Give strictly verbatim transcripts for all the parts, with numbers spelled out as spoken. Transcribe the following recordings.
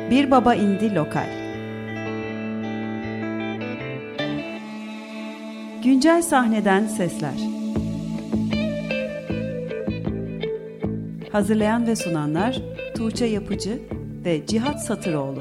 Bir Baba indi lokal. Güncel sahneden sesler. Hazırlayan ve sunanlar Tuğçe Yapıcı ve Cihat Satıroğlu.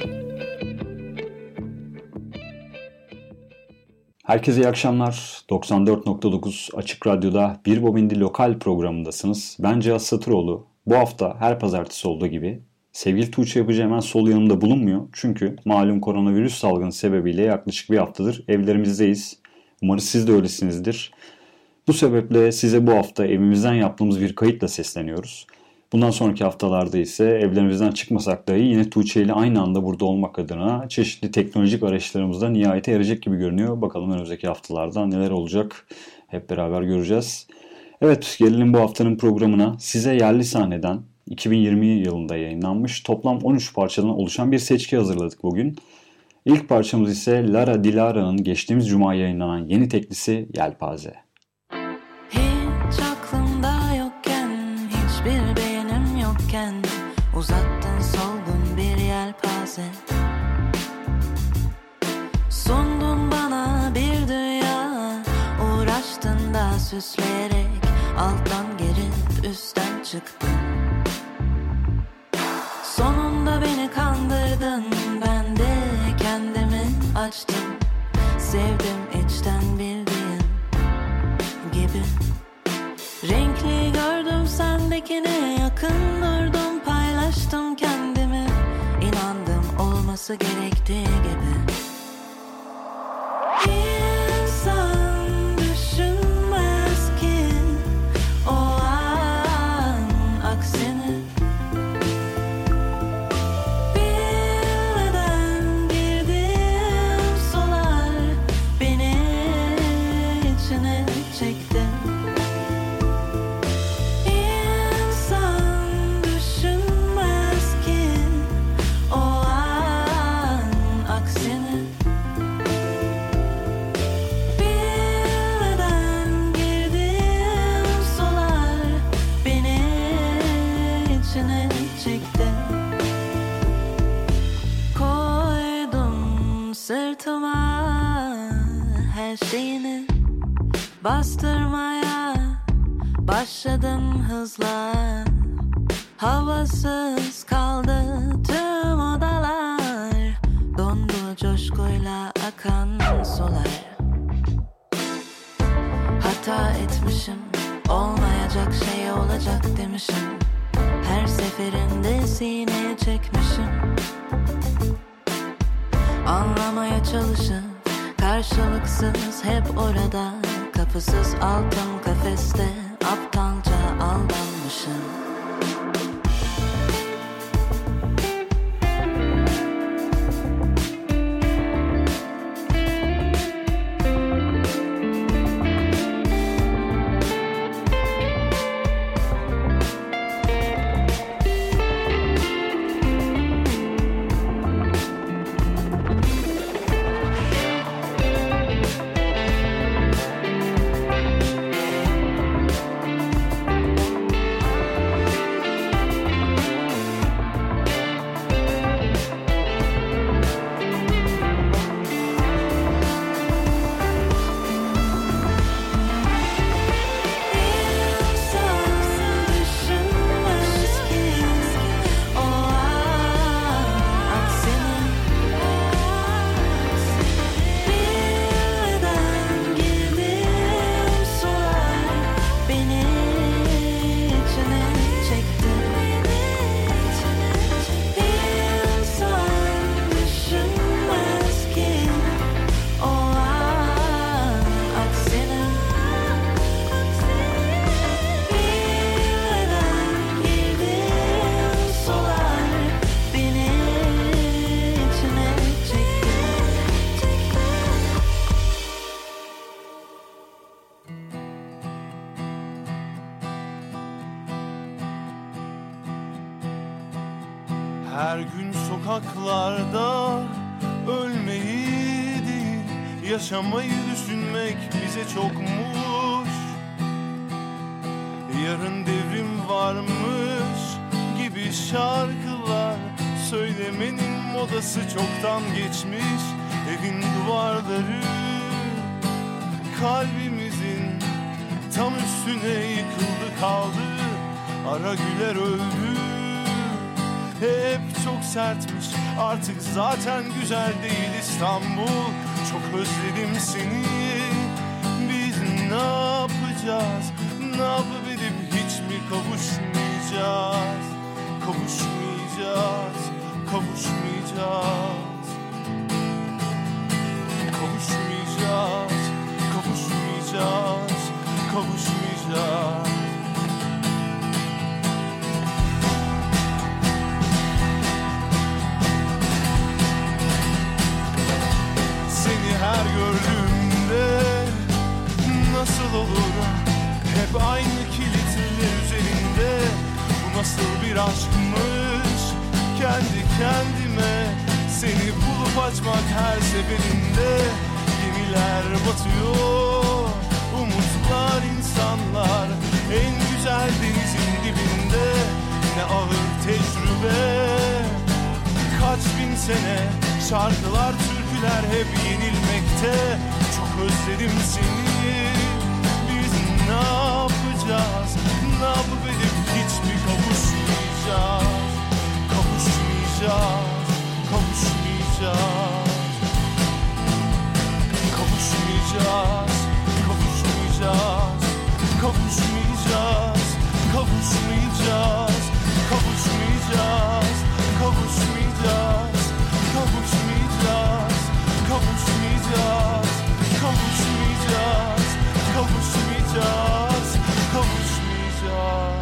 Herkese iyi akşamlar. doksan dört nokta dokuz Açık Radyo'da Bir Baba indi lokal programındasınız. Ben Cihat Satıroğlu. Bu hafta her pazartesi olduğu gibi sevgili Tuğçe Yapıcı hemen sol yanımda bulunmuyor. Çünkü malum koronavirüs salgını sebebiyle yaklaşık bir haftadır evlerimizdeyiz. Umarım siz de öylesinizdir. Bu sebeple size bu hafta evimizden yaptığımız bir kayıtla sesleniyoruz. Bundan sonraki haftalarda ise evlerimizden çıkmasak dahi yine Tuğçe ile aynı anda burada olmak adına çeşitli teknolojik araçlarımızda nihayete erecek gibi görünüyor. Bakalım önümüzdeki haftalarda neler olacak hep beraber göreceğiz. Evet, gelelim bu haftanın programına. Size yerli sahneden iki bin yirmi yılında yayınlanmış toplam on üç parçadan oluşan bir seçki hazırladık bugün. İlk parçamız ise Lara Dilara'nın geçtiğimiz cuma yayınlanan yeni teklisi Yelpaze. Hiç aklımda yokken, hiçbir benim yokken uzattın solgun bir yelpaze. Sundun bana bir dünya, uğraştın da süsleyerek alttan gerip üstten çıktın. Sonunda beni kandırdın, ben de kendimi açtım. Sevdim içten bildiğin gibi. Renkli gördüm sendekini, yakın durdum paylaştım kendimi. İnandım olması gerektiği gibi. İnsan düşünmez ki o an aksini. Bilmeden girdim solar, beni içine çekti. İnsan düşünmez ki o an aksini. Bilmeden girdim solar, beni içine çekti. Koydum sırtıma her şeyini, bastırmaya başladım hızla. Havasız kaldı tüm odalar, dondu coşkuyla akan sular. Hata etmişim, olmayacak şey olacak demişim. Her seferinde sineye çekmişim. Anlamaya çalışıp karşılıksız hep orada, kapısız altın kafeste aptalca aldanmışım. Her gün sokaklarda ölmeyi değil, yaşamayı düşünmek bize çokmuş. Yarın devrim varmış gibi şarkılar söylemenin modası çoktan geçmiş evin duvarları. Kalbimizin tam üstüne yıkıldı kaldı. Ara Güler öldü. Hep çok sertmiş artık zaten güzel değil İstanbul. Çok özledim seni. Biz ne yapacağız? Ne yapıp edip hiç mi kavuşmayacağız? Kavuşmayacağız, kavuşmayacağız. Kavuşmayacağız, kavuşmayacağız, kavuşmayacağız. Seni her gördüğümde nasıl olur? Hep aynı kilitler üzerinde. Bu nasıl bir aşkmış? Kendi kendime seni bulup açmak her seferinde. Gemiler batıyor, umutlar insanlar. En güzel denizin dibinde. Ne ağır tecrübe. Kaç bin sene şarkılar, türküler hep yenilmekte. Çok özledim seni. Biz ne yapacağız? Ne yapıp edip hiç mi kavuşmayacağız? Kavuşmayacağız, kavuşmayacağız. Kavuşmayacağız, kavuşmayacağız. Kavuşmayacağız, kavuşmayacağız. Kavuşmayacağız, kavuşmayacağız. Kavuşmayacağız, kavuşmayacağız. Kavuşmayacağız, kavuşmayacağız. Kavuşmayacağız.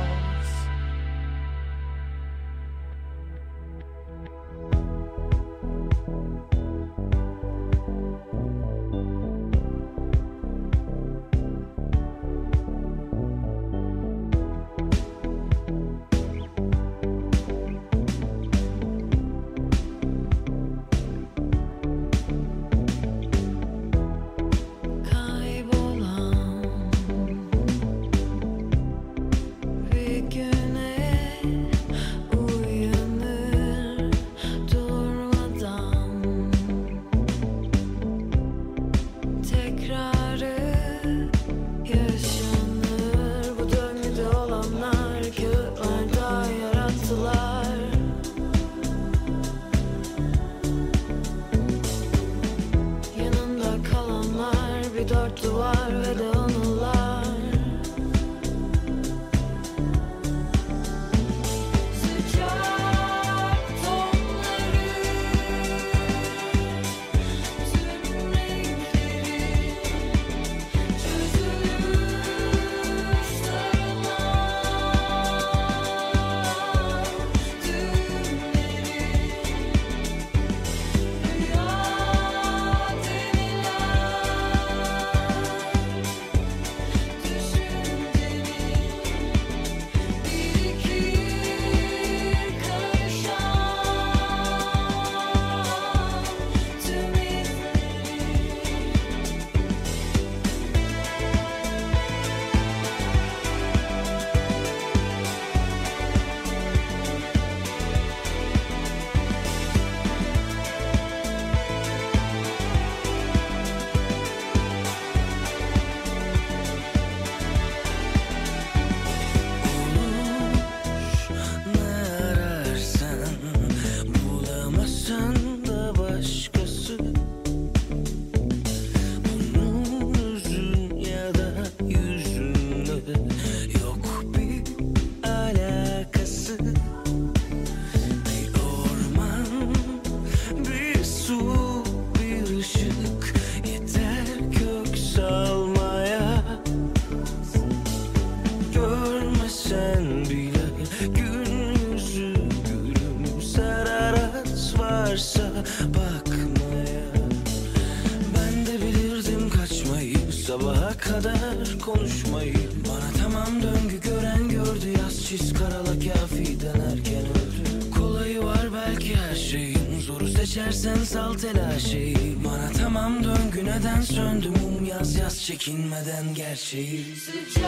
Sabaha kadar konuşmayı. Bana tamam döngü gören gördü. Yaz çiz karala kafi denerken öldü. Kolayı var belki her şeyin, zoru seçersen sal telaşeyi. Bana tamam döngü neden söndü mum, yaz yaz çekinmeden gerçeği. Sıcak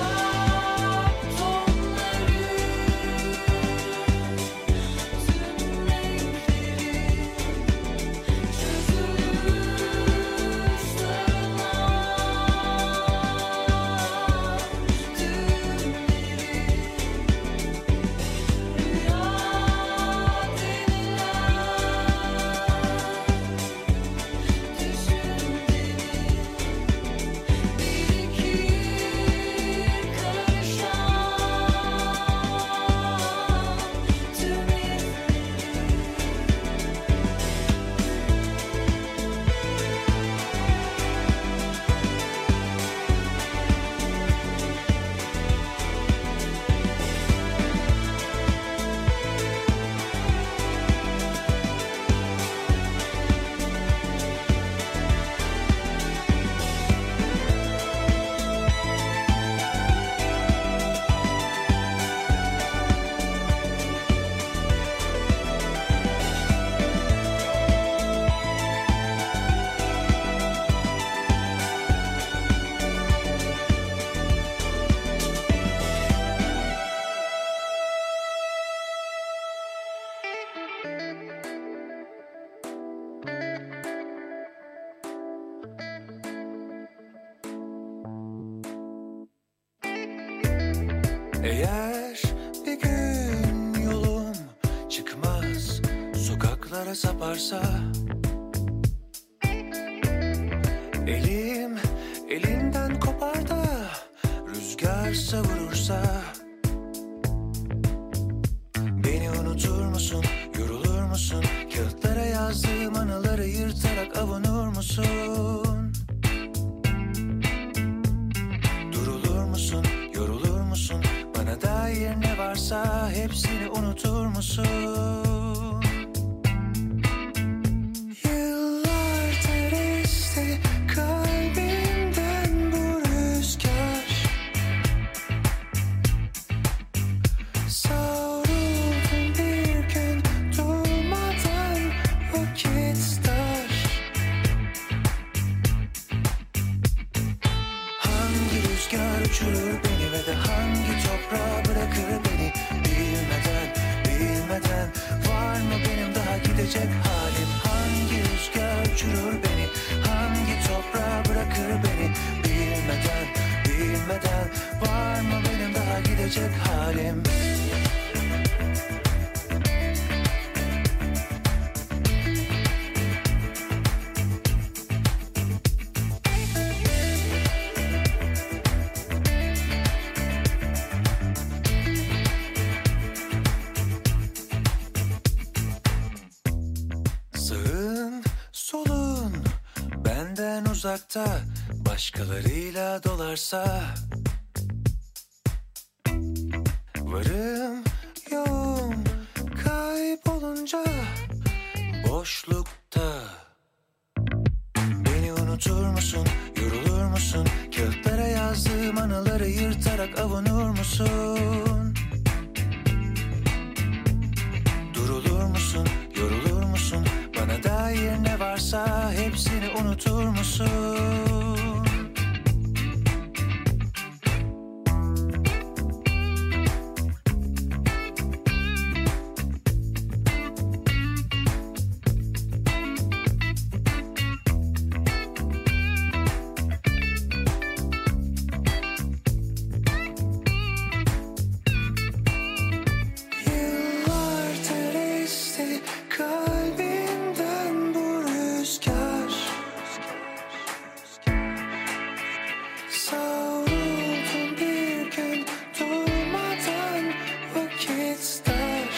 tonları, tüm renkleri Eğer bir gün yolum çıkmaz, sokaklara saparsa, elim elinden kopar da rüzgar savurursa, beni unutur musun, yorulur musun? Kağıtlara yazdığım anıları yırtarak avunur musun? Durulur musun, yorulur musun? Bana dair ne varsa hepsini unutur musun? Yıllardır esti kalbimden bu rüzgar, savruldum bir gün durmadan vakit dar. Hangi rüzgar uçurur beni ve de hangi toprağa bırakır beni, bilmeden, bilmeden var mı benim daha gidecek halim? Hangi rüzgar uçurur beni, hangi toprağa bırakır beni, bilmeden, bilmeden var mı benim daha gidecek halim? Sağın, solun benden uzakta, başkalarıyla dolarsa, varım yoğum kaybolunca boşlukta, beni unutur musun, yorulur musun? Kağıtlara yazdığım anıları yırtarak avunur musun? Durulur musun, yorulur musun? Bana dair ne varsa hepsini unutur musun? Yıllardır esti kalbimden bu rüzgar, savruldum bir gün durmadan vakit dar.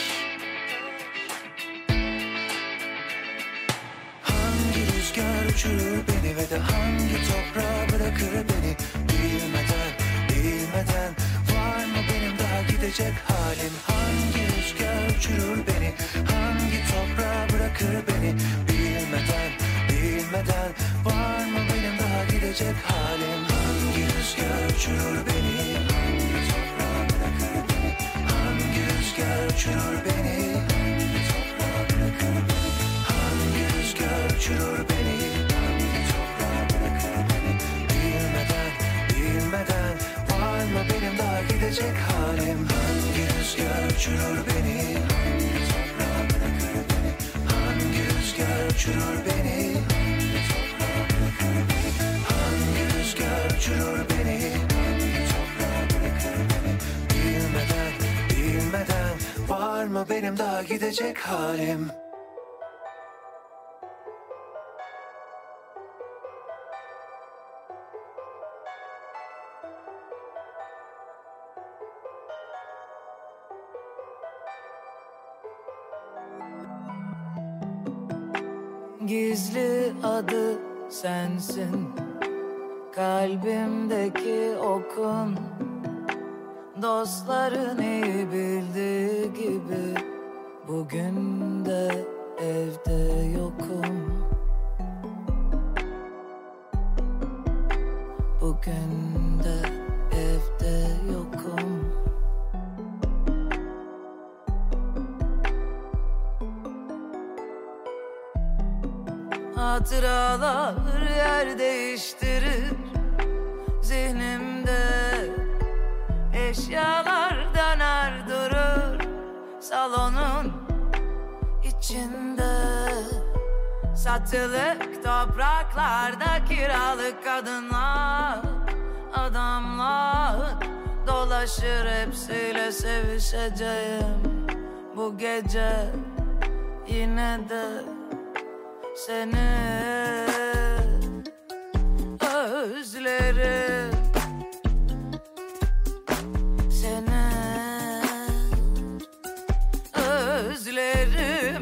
Hangi rüzgar uçurur beni ve de hangi toprağa bırakır beni, bilmeden, bilmeden var mı benim daha gidecek halim? Hangi rüzgar uçurur beni, hangi toprağa bırakır beni, bilmeden, bilmeden var mı benim daha gidecek halim? Hangi rüzgar uçurur beni, hangi toprağa bırakır beni, hangi rüzgar uçurur beni, hangi toprağa bırakır beni, hangi rüzgar uçurur beni, hangi toprağa bırakır beni, bilmeden, bilmeden var mı benim daha gidecek halim? Hangi rüzgar uçurur beni, hangi toprağa bırakır beni, hangi rüzgar uçurur beni, hangi toprağa bırakır beni, hangi rüzgar uçurur beni, hangi toprağa bırakır beni, bilmeden, bilmeden var mı benim daha gidecek halim? Gizli adı sensin, kalbimdeki okun. Dostların iyi bildiği gibi bugün de evde yokum. Bugün de evde yokum. Hatıralar yer değiştirir zihnimde, eşyalar döner durur salonun içinde. Satılık topraklarda kiralık kadınlar, adamlar dolar dolaşır hepsiyle sevişeceğim bu gece. Yine de seni özlerim, seni özlerim.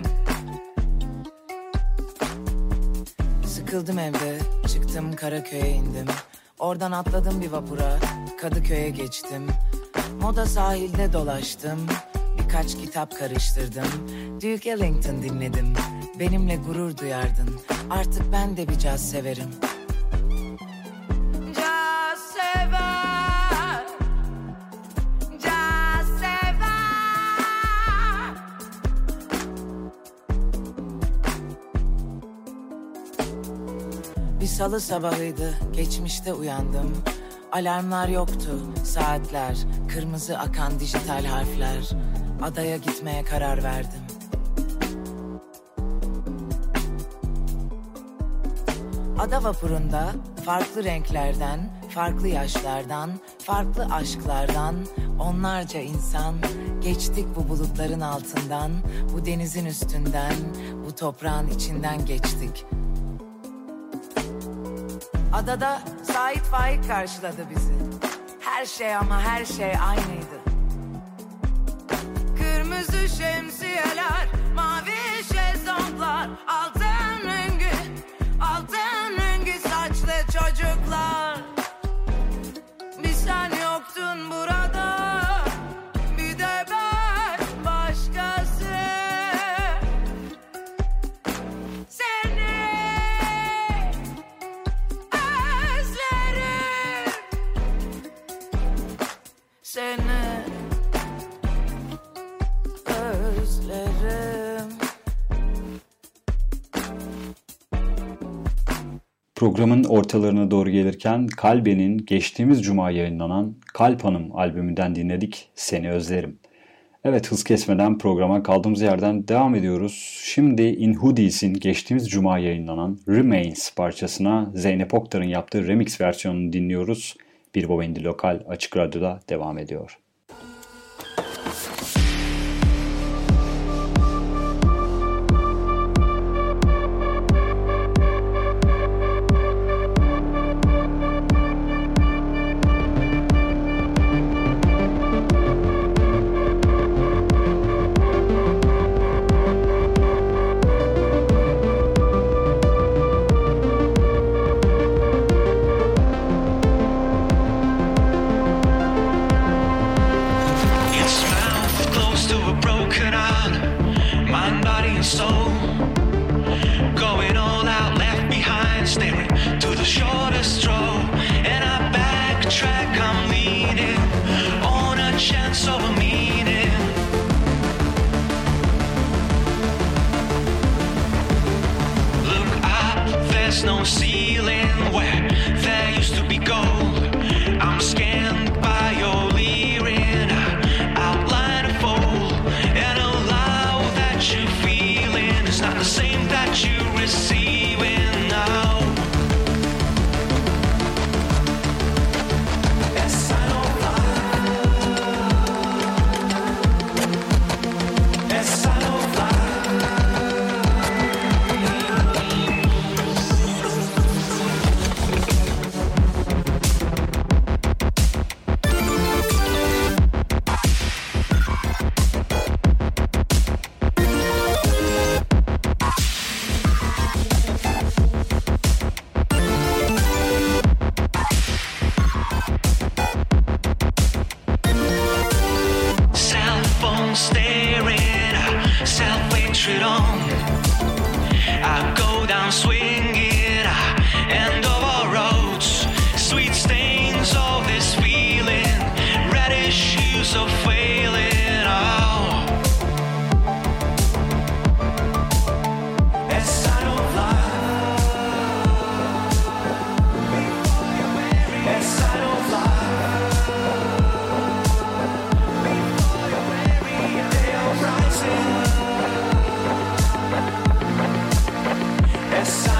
Sıkıldım evde, çıktım Karaköy'e indim. Oradan atladım bir vapura, Kadıköy'e geçtim. Moda sahilde dolaştım, birkaç kitap karıştırdım. Duke Ellington dinledim, benimle gurur duyardın. Artık ben de bir caz severim. Caz sever, caz sever. Bir salı sabahıydı, geçmişte uyandım. Alarmlar yoktu, saatler, kırmızı akan dijital harfler. Adaya gitmeye karar verdim. Ada vapurunda farklı renklerden, farklı yaşlardan, farklı aşklardan onlarca insan geçtik bu bulutların altından, bu denizin üstünden, bu toprağın içinden geçtik. Adada Sait Faik karşıladı bizi. Her şey ama her şey aynıydı. Kırmızı şemsiyeler, mavi şezlonglar, altın rengi, altın rengi saçlı çocuklar. Bir sen yoktun burada, bir de ben başkası. Seni özlerim, seni özlerim. Programın ortalarına doğru gelirken Kalbe'nin geçtiğimiz cuma yayınlanan Kalp Hanım albümünden dinledik Seni Özlerim. Evet, hız kesmeden programa kaldığımız yerden devam ediyoruz. Şimdi In Hoodies'in geçtiğimiz cuma yayınlanan Remains parçasına Zeynep Oktar'ın yaptığı remix versiyonunu dinliyoruz. Bir Bobendi Lokal Açık Radyo'da devam ediyor. Yes,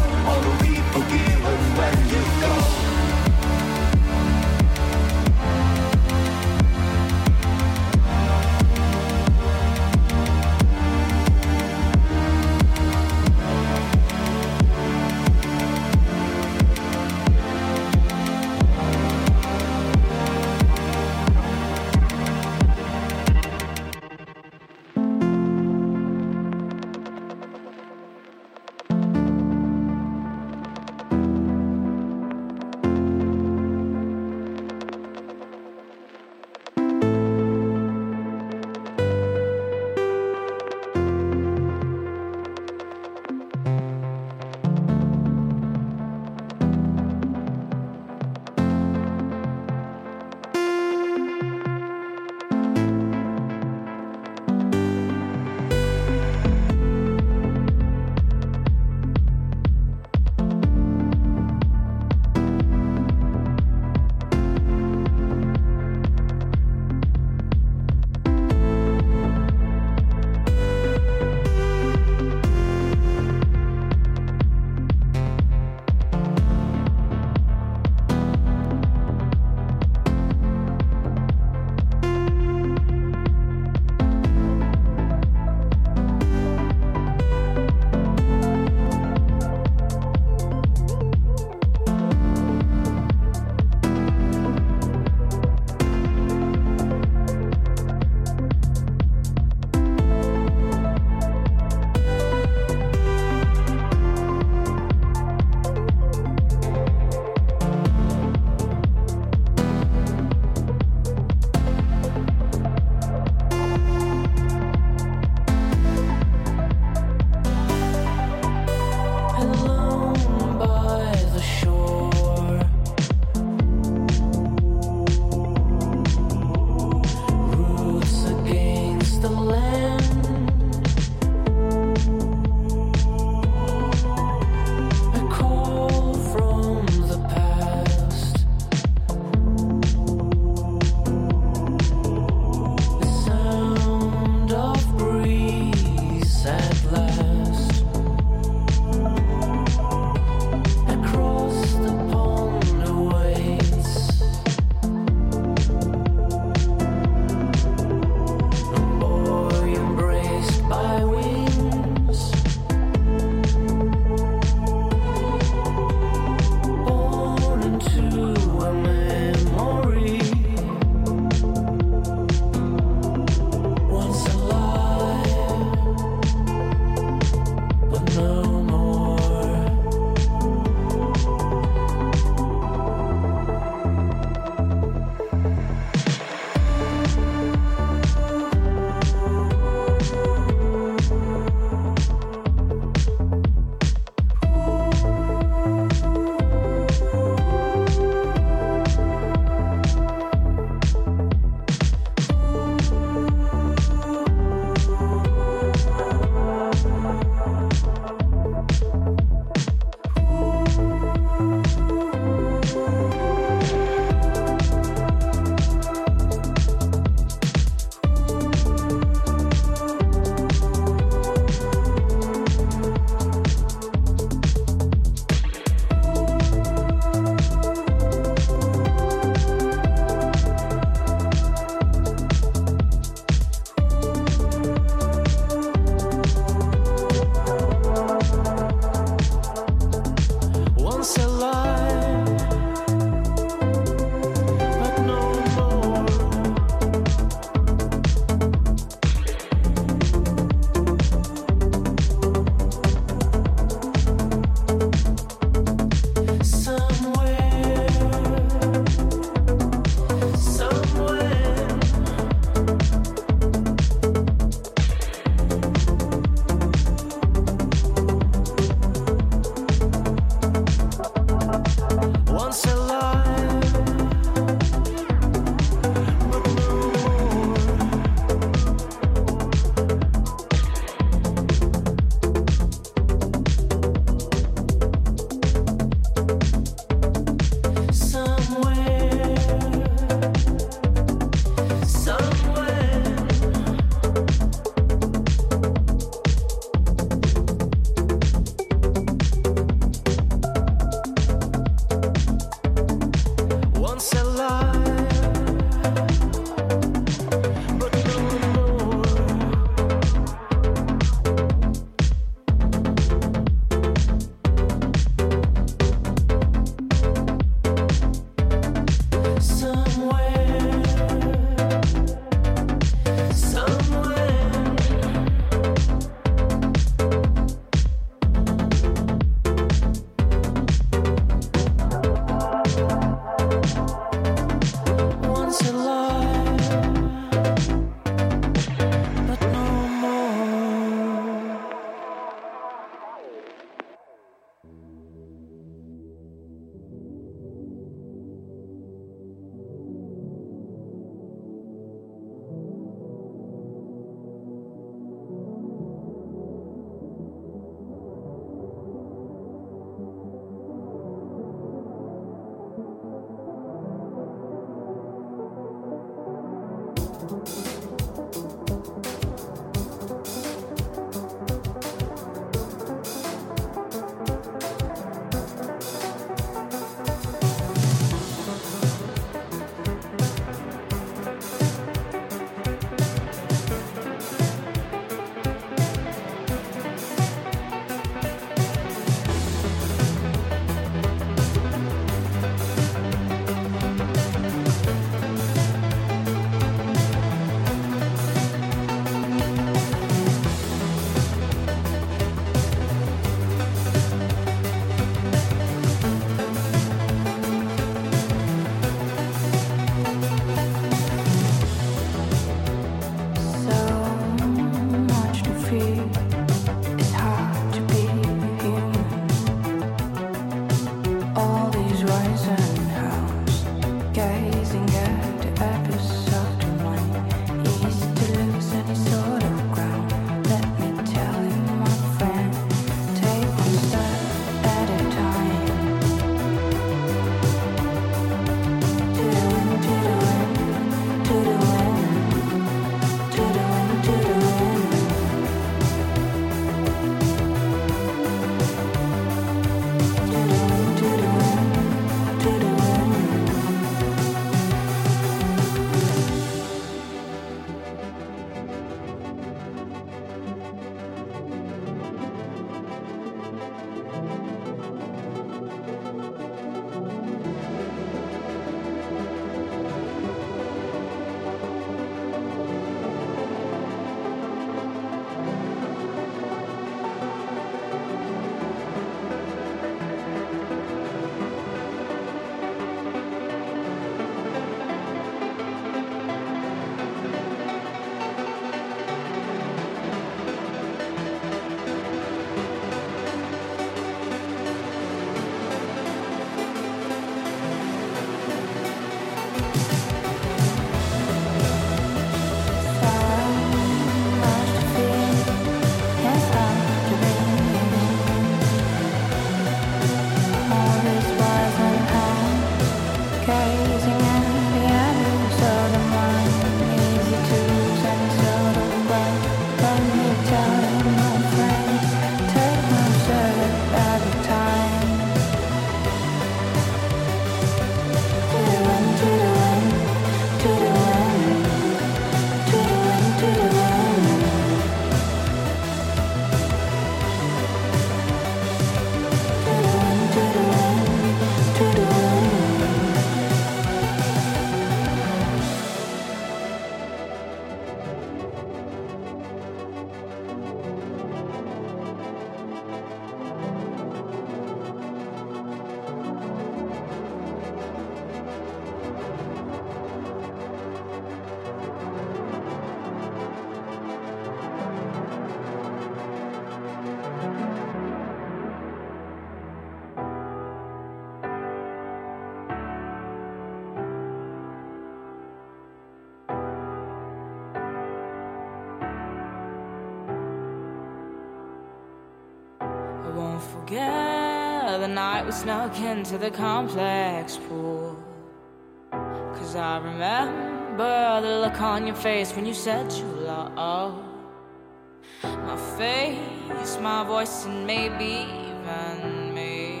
won't forget the night we snuck into the complex pool. Cause I remember the look on your face when you said you loved my face, my voice, and maybe even me.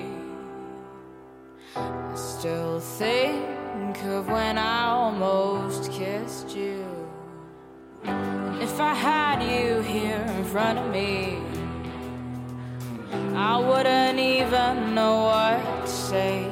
I still think of when I almost kissed you. And if I had you here in front of me, I wouldn't even know what to say.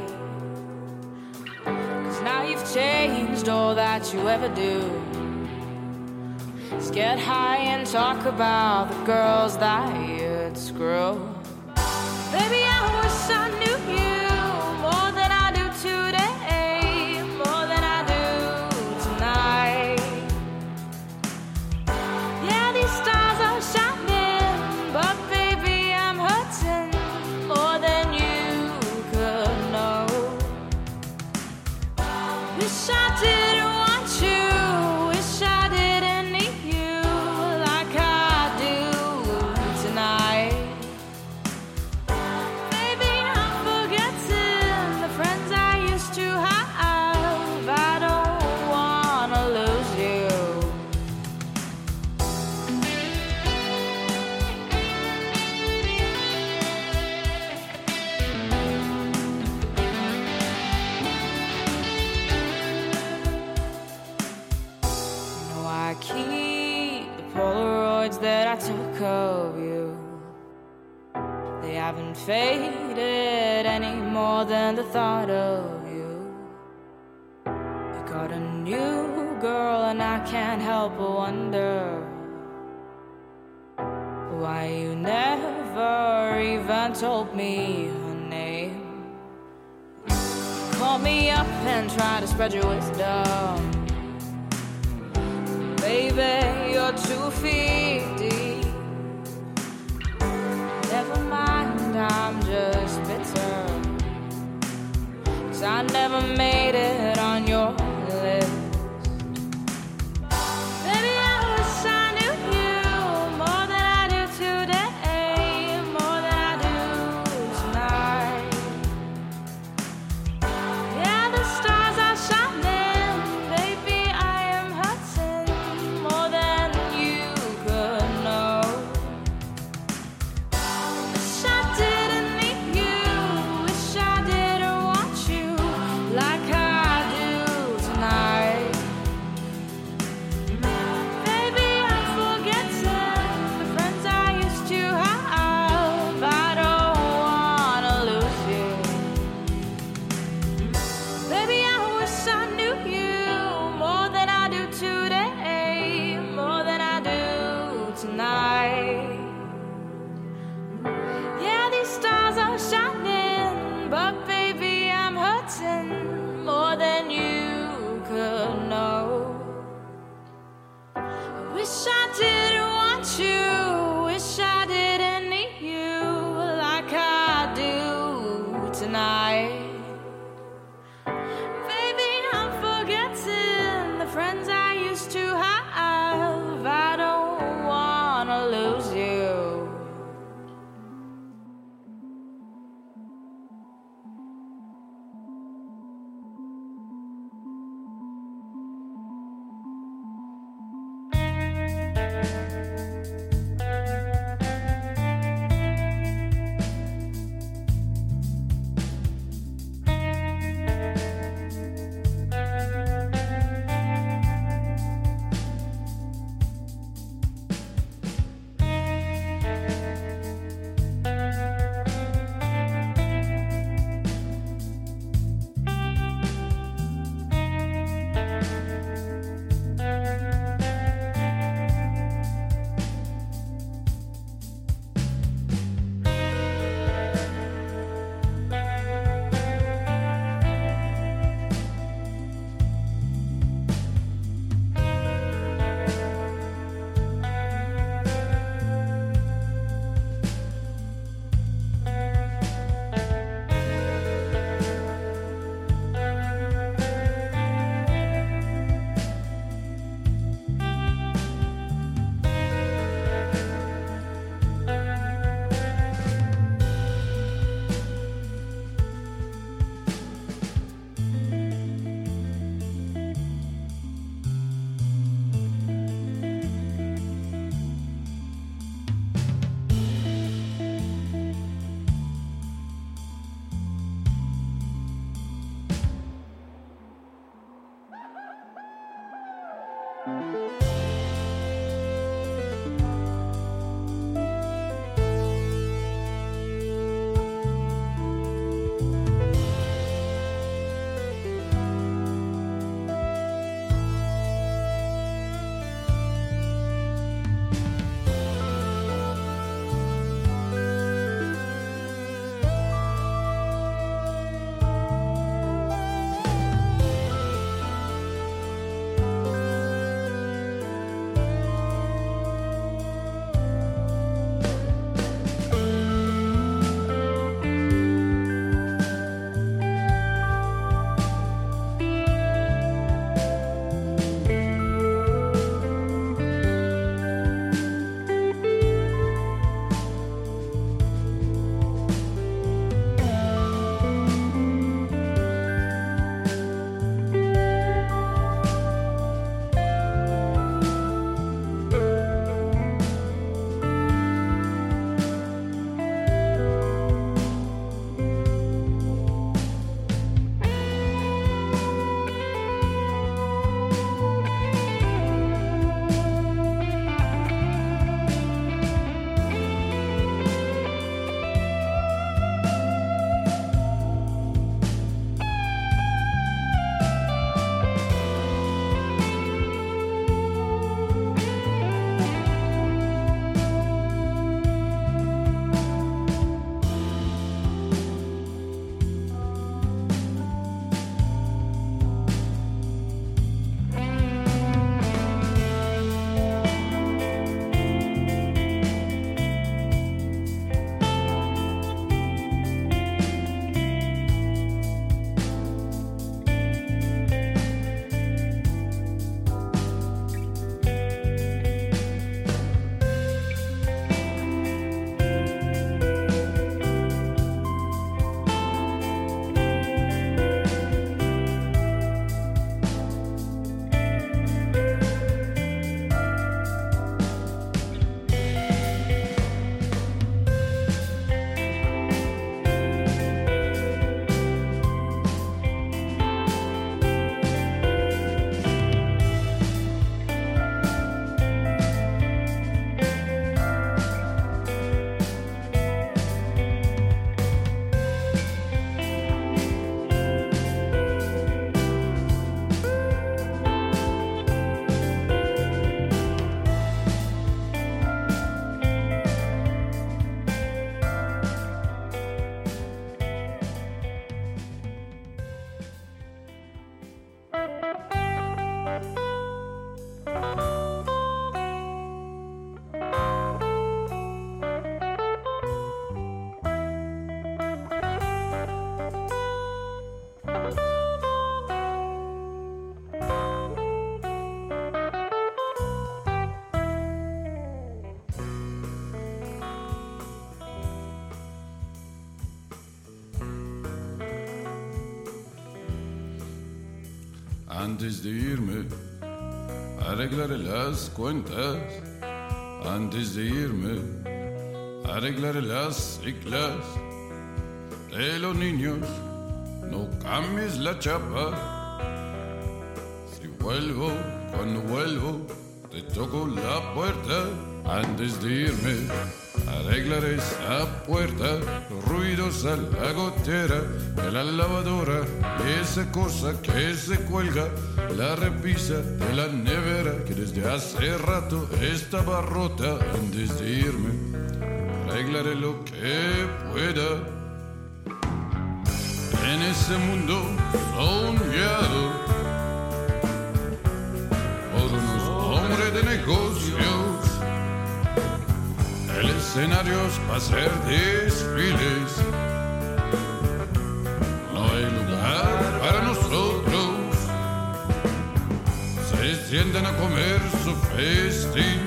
Cause now you've changed all that you ever do. Let's get high and talk about the girls that you'd screw. Baby, I wish I knew you more than I do today, more than I do tonight. Yeah, these stars are shining, but baby, I'm hurting more than you could know. Wish I didn't want you, wish I didn't need you like I do tonight. Baby, I'm forgetting the friends I used to have. I don't wanna lose you. You know I keep the Polaroids that I took of you. They haven't faded any more than the thought of you. You got a new girl and I can't help but wonder why you never even told me her name. Call me up and try to spread your wisdom. Baby, you're two feet deep. Never mind, I'm just bitter. Cause I never made it on your list. Baby, I wish I knew you more than I do today, more than I do tonight. Yeah, the stars are shining, baby, I am hurting more than you could know. Wish I didn't need you, wish I didn't want you like I antes de irme, arreglaré las cuentas. Antes de irme, arreglaré las ciclas de los niños. No cambies la chapa. Si vuelvo, cuando vuelvo, te toco la puerta. Antes de irme, arreglaré esa puerta. Los ruidos a la gotera de la lavadora, esa cosa que se cuelga, la repisa de la nevera que desde hace rato estaba rota. Antes de irme, arreglaré lo que pueda en ese mundo soñado por unos hombres de negocios. El escenario es para hacer desfiles. No hay lugar para nosotros. Se sientan a comer su festín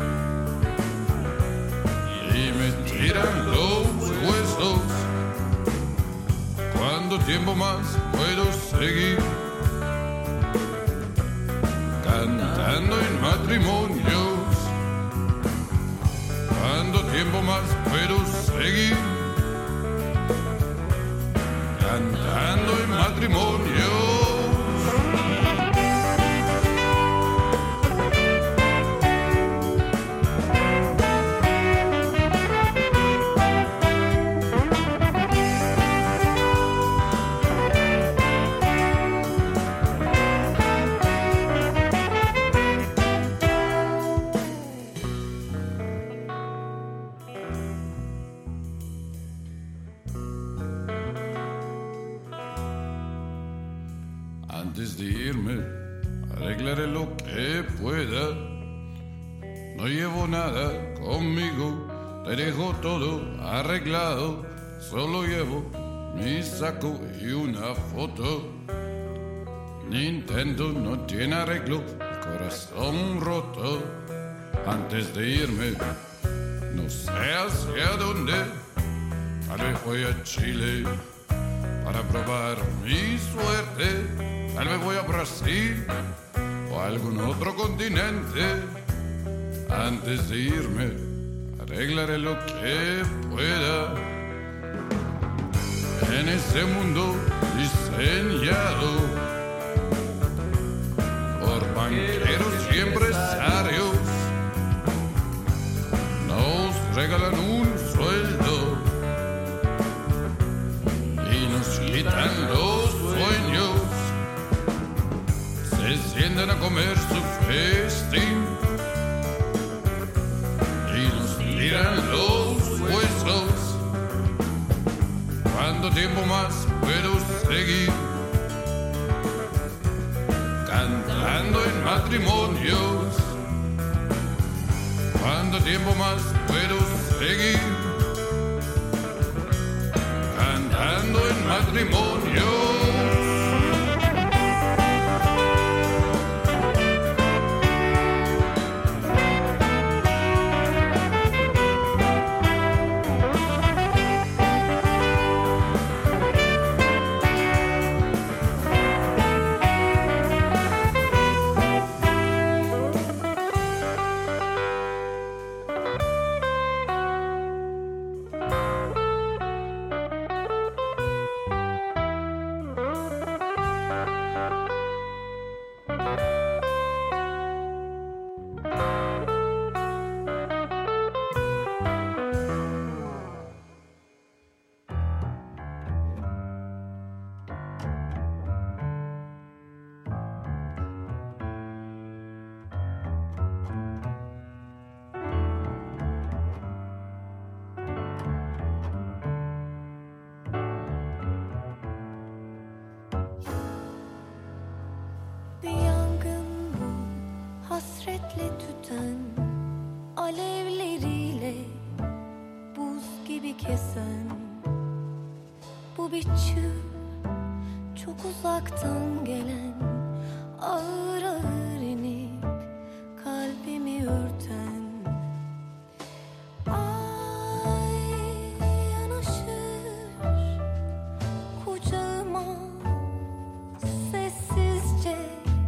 y me tiran los huesos. ¿Cuánto tiempo más puedo seguir cantando en matrimonios? ¿Cuánto tiempo más puedo seguir cantando en matrimonios? Antes de irme, arreglaré lo que pueda. No llevo nada conmigo, te dejo todo arreglado. Solo llevo mi saco y una foto. Nintendo no tiene arreglo, el corazón roto. Antes de irme, no sé hacia dónde. Tal vez voy a Chile para probar mi suerte. Tal vez voy a Brasil o a algún otro continente. Antes de irme, arreglaré lo que pueda en ese mundo diseñado por banqueros y empresarios. Nos regalan un sueldo y nos quitan los sueños. Se sientan a comer su festín y nos tiran los huesos. ¿Cuánto tiempo más puedo seguir cantando en matrimonios? ¿Cuánto tiempo más puedo seguir cantando en matrimonios? Hasretle tüten alevleriyle buz gibi kesen bu bir çığ, çok uzaktan gelen, ağır ağır inip kalbimi örten. Ay yanaşır kucağıma sessizce,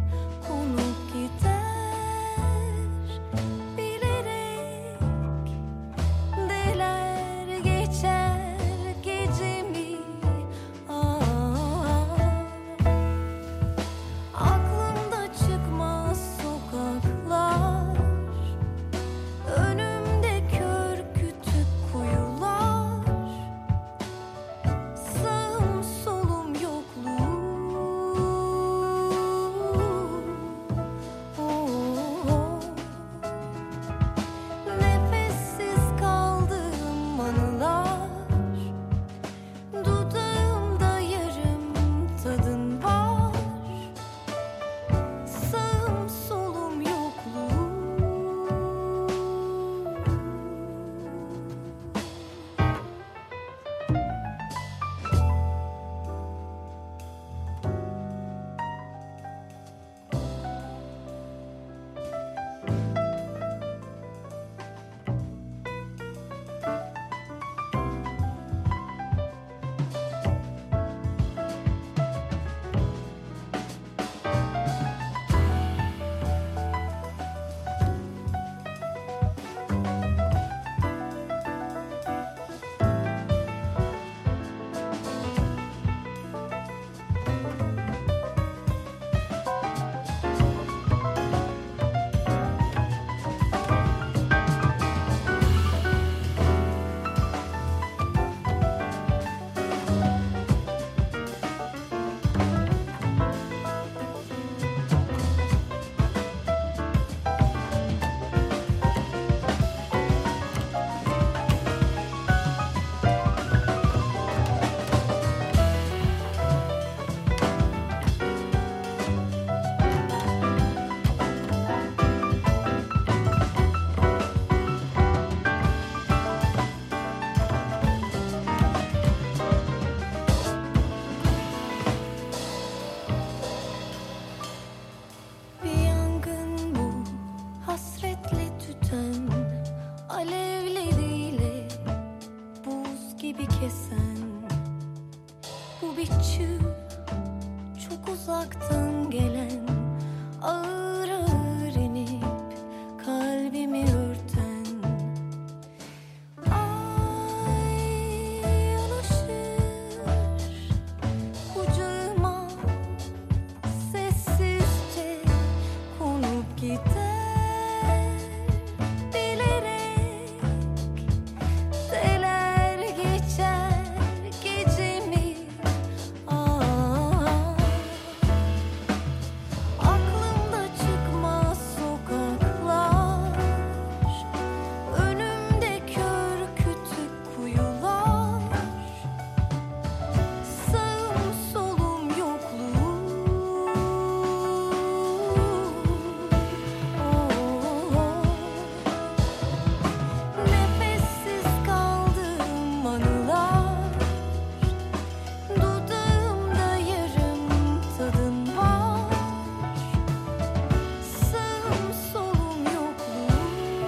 biçim çok uzaktan gelen, ağır ağır inip kalbimi örten. Ay yanaşır kucağıma, sessizce konup gider, bilerek deler geçer gecemi. Ah, aklımda çıkmaz sokaklar, önümde kör kütük kuyular, sağım solum yokluğum. Oh, nefessiz kaldığım anılar, dudağımda yarım tadın var, sağım solum yokluğum.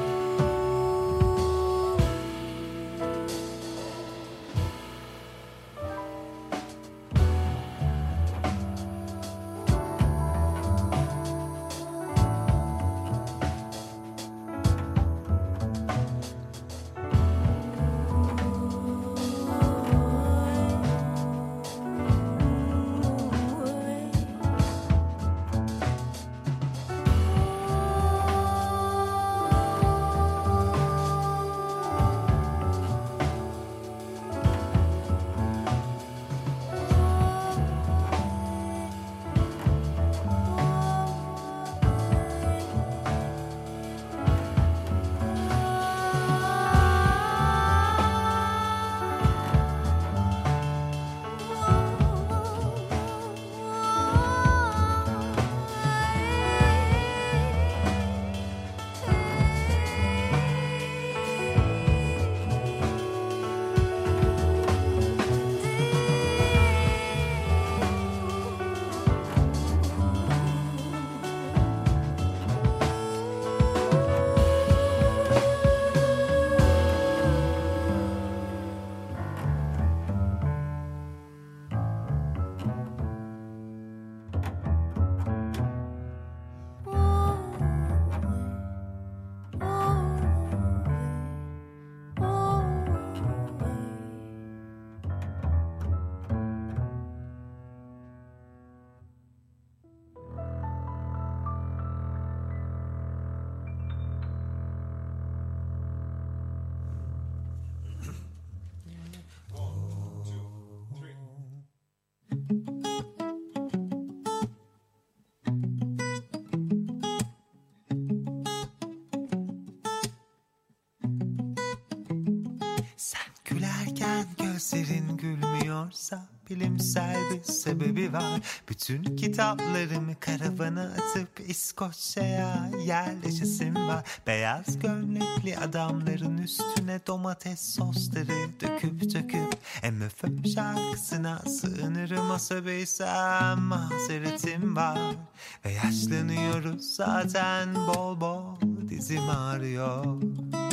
Sen gülerken gözlerin gülmüyorsa bilimsel bir sebebi var. Bütün kitaplarımı karavana atıp İskoçya'ya yerleşesim var. Beyaz gömlekli adamların üstüne domates sosları döküp döküp M F Ö şarkısına sığınırım. O sebeysem mazeretim var. Ve yaşlanıyoruz zaten bol bol, dizim ağrıyor.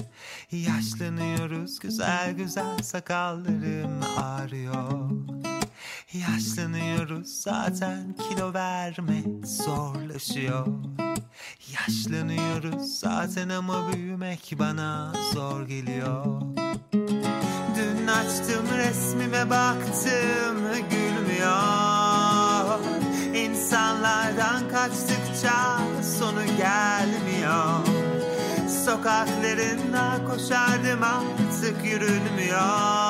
Yaşlanıyoruz güzel güzel, sakallarım ağrıyor. Yaşlanıyoruz zaten, kilo vermek zorlaşıyor. Yaşlanıyoruz zaten ama büyümek bana zor geliyor. Dün açtım resmime baktım, gülmüyor. İnsanlardan kaçtıkça sonu gelmiyor. Sokaklarında koşardım, artık yürünmüyor.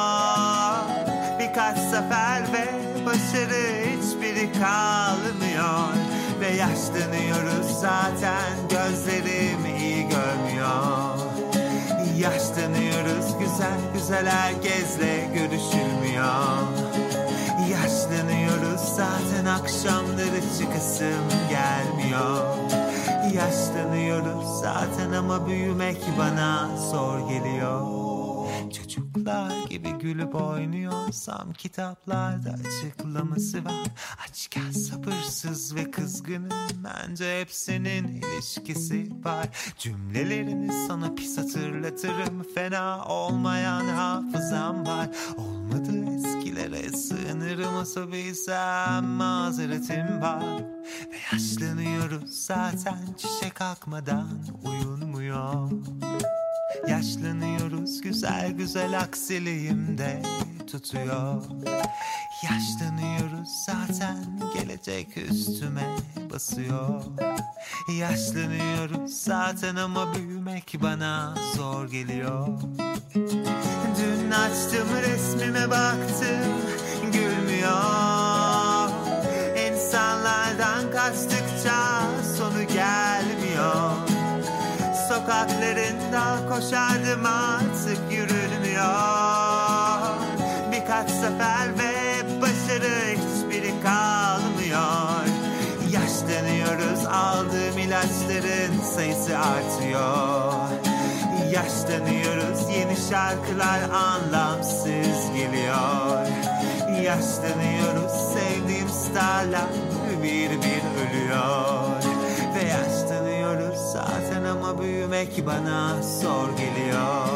Birkaç sefer ve başarı hiçbiri kalmıyor. Ve yaşlanıyoruz zaten, gözlerim iyi görmüyor. Yaşlanıyoruz güzel güzel, herkesle görüşülmüyor. Yaşlanıyoruz zaten, akşamları çıkasım gelmiyor. Yaşlanıyoruz zaten ama büyümek bana zor geliyor. Çocuklar gibi gülüp oynuyorsam kitaplarda açıklaması var. Açken sabırsız ve kızgınım, bence hepsinin ilişkisi var. Cümlelerini sana pis hatırlatırım, fena olmayan hafızam var. Olmadı eskiler nereye sığınırım o sobeysem mazeretim var. Ve yaşlanıyoruz zaten çiçek akmadan uyunmuyor. Yaşlanıyoruz güzel güzel aksiliğim de tutuyor. Yaşlanıyoruz zaten gelecek üstüme basıyor. Yaşlanıyoruz zaten ama büyümek bana zor geliyor. Dün açtım resmime baktım gülmüyor. İnsanlardan kaçtıkça sonu gelmiyor. Sokaklarında koşardım artık yürünmüyor. Birkaç sefer ve başarı hiçbiri kalmıyor. Yaşlanıyoruz, aldığım ilaçların sayısı artıyor. Yaşlanıyoruz, yeni şarkılar anlamsız geliyor. Yaşlanıyoruz, sevdiğim starlar bir bir ölüyor. Ve yaşlanıyoruz zaten ama büyümek bana zor geliyor.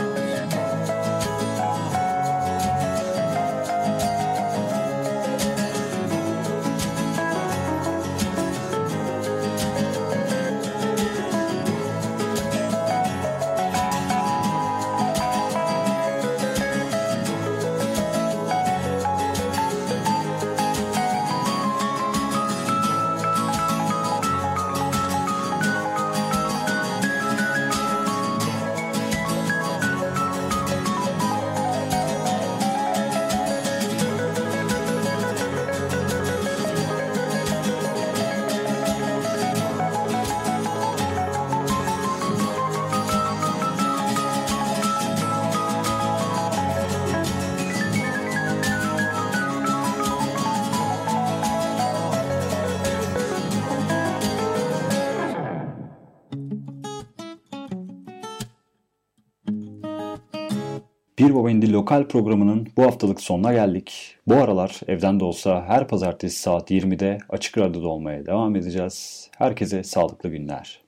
Bir Baba İndi lokal programının bu haftalık sonuna geldik. Bu aralar evden de olsa her pazartesi saat yirmide Açık Radyo'da olmaya devam edeceğiz. Herkese sağlıklı günler.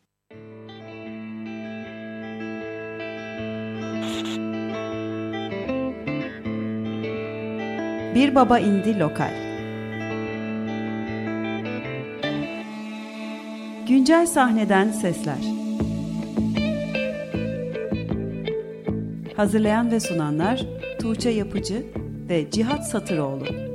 Bir Baba İndi lokal. Güncel sahneden sesler. Hazırlayan ve sunanlar Tuğçe Yapıcı ve Cihat Satıroğlu.